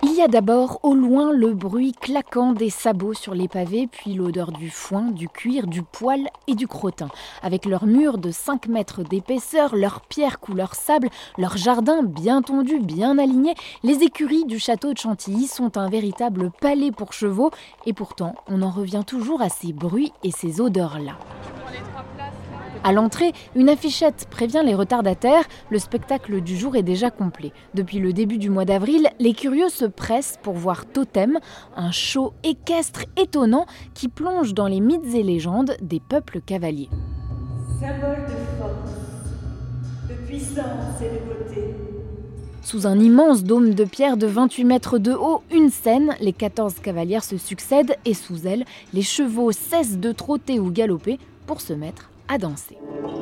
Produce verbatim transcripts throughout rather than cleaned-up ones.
Il y a d'abord au loin le bruit claquant des sabots sur les pavés, puis l'odeur du foin, du cuir, du poil et du crottin. Avec leurs murs de cinq mètres d'épaisseur, leurs pierres couleur sable, leur jardin bien tondu, bien aligné, les écuries du château de Chantilly sont un véritable palais pour chevaux. Et pourtant, on en revient toujours à ces bruits et ces odeurs-là. À l'entrée, une affichette prévient les retardataires, le spectacle du jour est déjà complet. Depuis le début du mois d'avril, les curieux se pressent pour voir Totem, un show équestre étonnant qui plonge dans les mythes et légendes des peuples cavaliers. Symbole de force, de puissance et de beauté. Sous un immense dôme de pierre de vingt-huit mètres de haut, une scène, les quatorze cavalières se succèdent et sous elles, les chevaux cessent de trotter ou galoper pour se mettre à danser.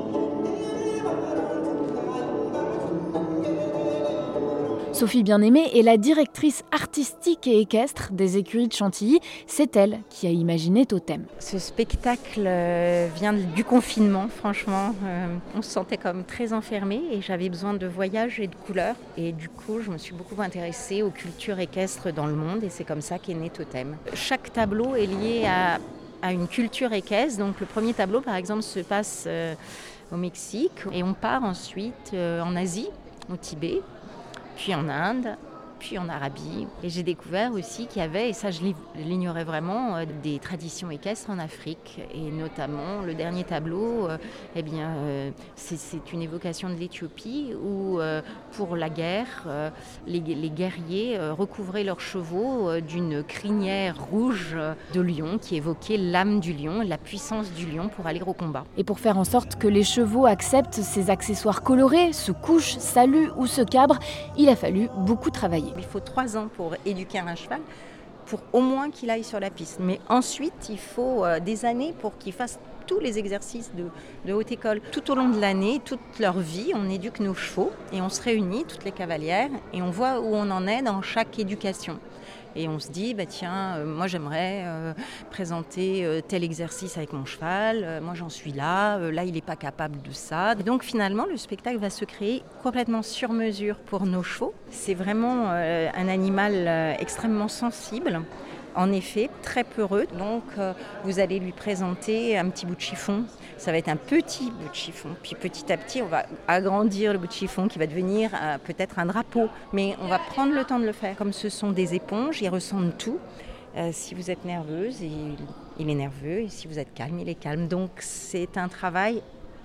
Sophie Bien-Aimée est la directrice artistique et équestre des écuries de Chantilly. C'est elle qui a imaginé Totem. Ce spectacle vient du confinement, franchement. On se sentait comme très enfermés et j'avais besoin de voyages et de couleurs. Et du coup, je me suis beaucoup intéressée aux cultures équestres dans le monde et c'est comme ça qu'est né Totem. Chaque tableau est lié à à une culture équestre. Donc le premier tableau, par exemple, se passe euh, au Mexique et on part ensuite euh, en Asie, au Tibet, puis en Inde, puis en Arabie. Et j'ai découvert aussi qu'il y avait, et ça je l'ignorais vraiment, euh, des traditions équestres en Afrique. Et notamment le dernier tableau, euh, eh bien, euh, c'est, c'est une évocation de l'Éthiopie où euh, pour la guerre, euh, les, les guerriers euh, recouvraient leurs chevaux euh, d'une crinière rouge de lion qui évoquait l'âme du lion, la puissance du lion pour aller au combat. Et pour faire en sorte que les chevaux acceptent ces accessoires colorés, se couchent, saluent ou se cabrent, il a fallu beaucoup travailler. Il faut trois ans pour éduquer un cheval, pour au moins qu'il aille sur la piste. Mais ensuite, il faut euh, des années pour qu'il fasse tous les exercices de, de haute école. Tout au long de l'année, toute leur vie, on éduque nos chevaux et on se réunit, toutes les cavalières, et on voit où on en est dans chaque éducation. Et on se dit, bah tiens, euh, moi j'aimerais euh, présenter euh, tel exercice avec mon cheval, euh, moi j'en suis là, euh, là il n'est pas capable de ça. Et donc finalement, le spectacle va se créer complètement sur mesure pour nos chevaux. C'est vraiment euh, un animal euh, extrêmement sensible. En effet, très peureux. Donc, euh, vous allez lui présenter un petit bout de chiffon. Ça va être un petit bout de chiffon. Puis petit à petit, on va agrandir le bout de chiffon qui va devenir euh, peut-être un drapeau. Mais on va prendre le temps de le faire. Comme ce sont des éponges, ils ressentent tout. Euh, si vous êtes nerveuse, il, il est nerveux. Et si vous êtes calme, il est calme. Donc, c'est un travail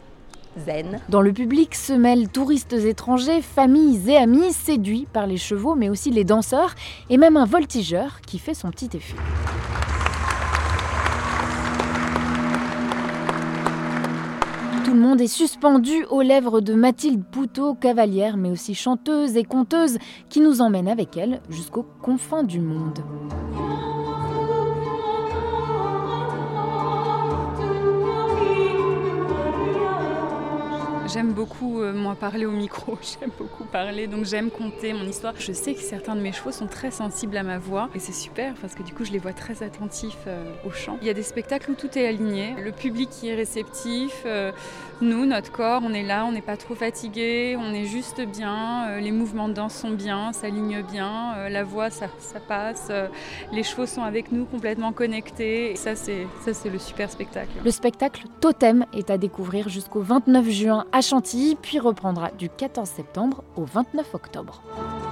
zen. Dans le public se mêlent touristes étrangers, familles et amis séduits par les chevaux, mais aussi les danseurs et même un voltigeur qui fait son petit effet. Tout le monde est suspendu aux lèvres de Mathilde Poutot, cavalière, mais aussi chanteuse et conteuse, qui nous emmène avec elle jusqu'aux confins du monde. J'aime beaucoup, euh, moi, parler au micro, j'aime beaucoup parler, donc j'aime conter mon histoire. Je sais que certains de mes chevaux sont très sensibles à ma voix et c'est super parce que du coup je les vois très attentifs euh, au chant. Il y a des spectacles où tout est aligné, le public qui est réceptif, euh, nous, notre corps, on est là, on n'est pas trop fatigué, on est juste bien, euh, les mouvements de danse sont bien, s'alignent bien, euh, la voix ça, ça passe, euh, les chevaux sont avec nous complètement connectés et ça c'est, ça c'est le super spectacle. Le spectacle Totem est à découvrir jusqu'au vingt-neuf juin à Chantilly, puis reprendra du quatorze septembre au vingt-neuf octobre.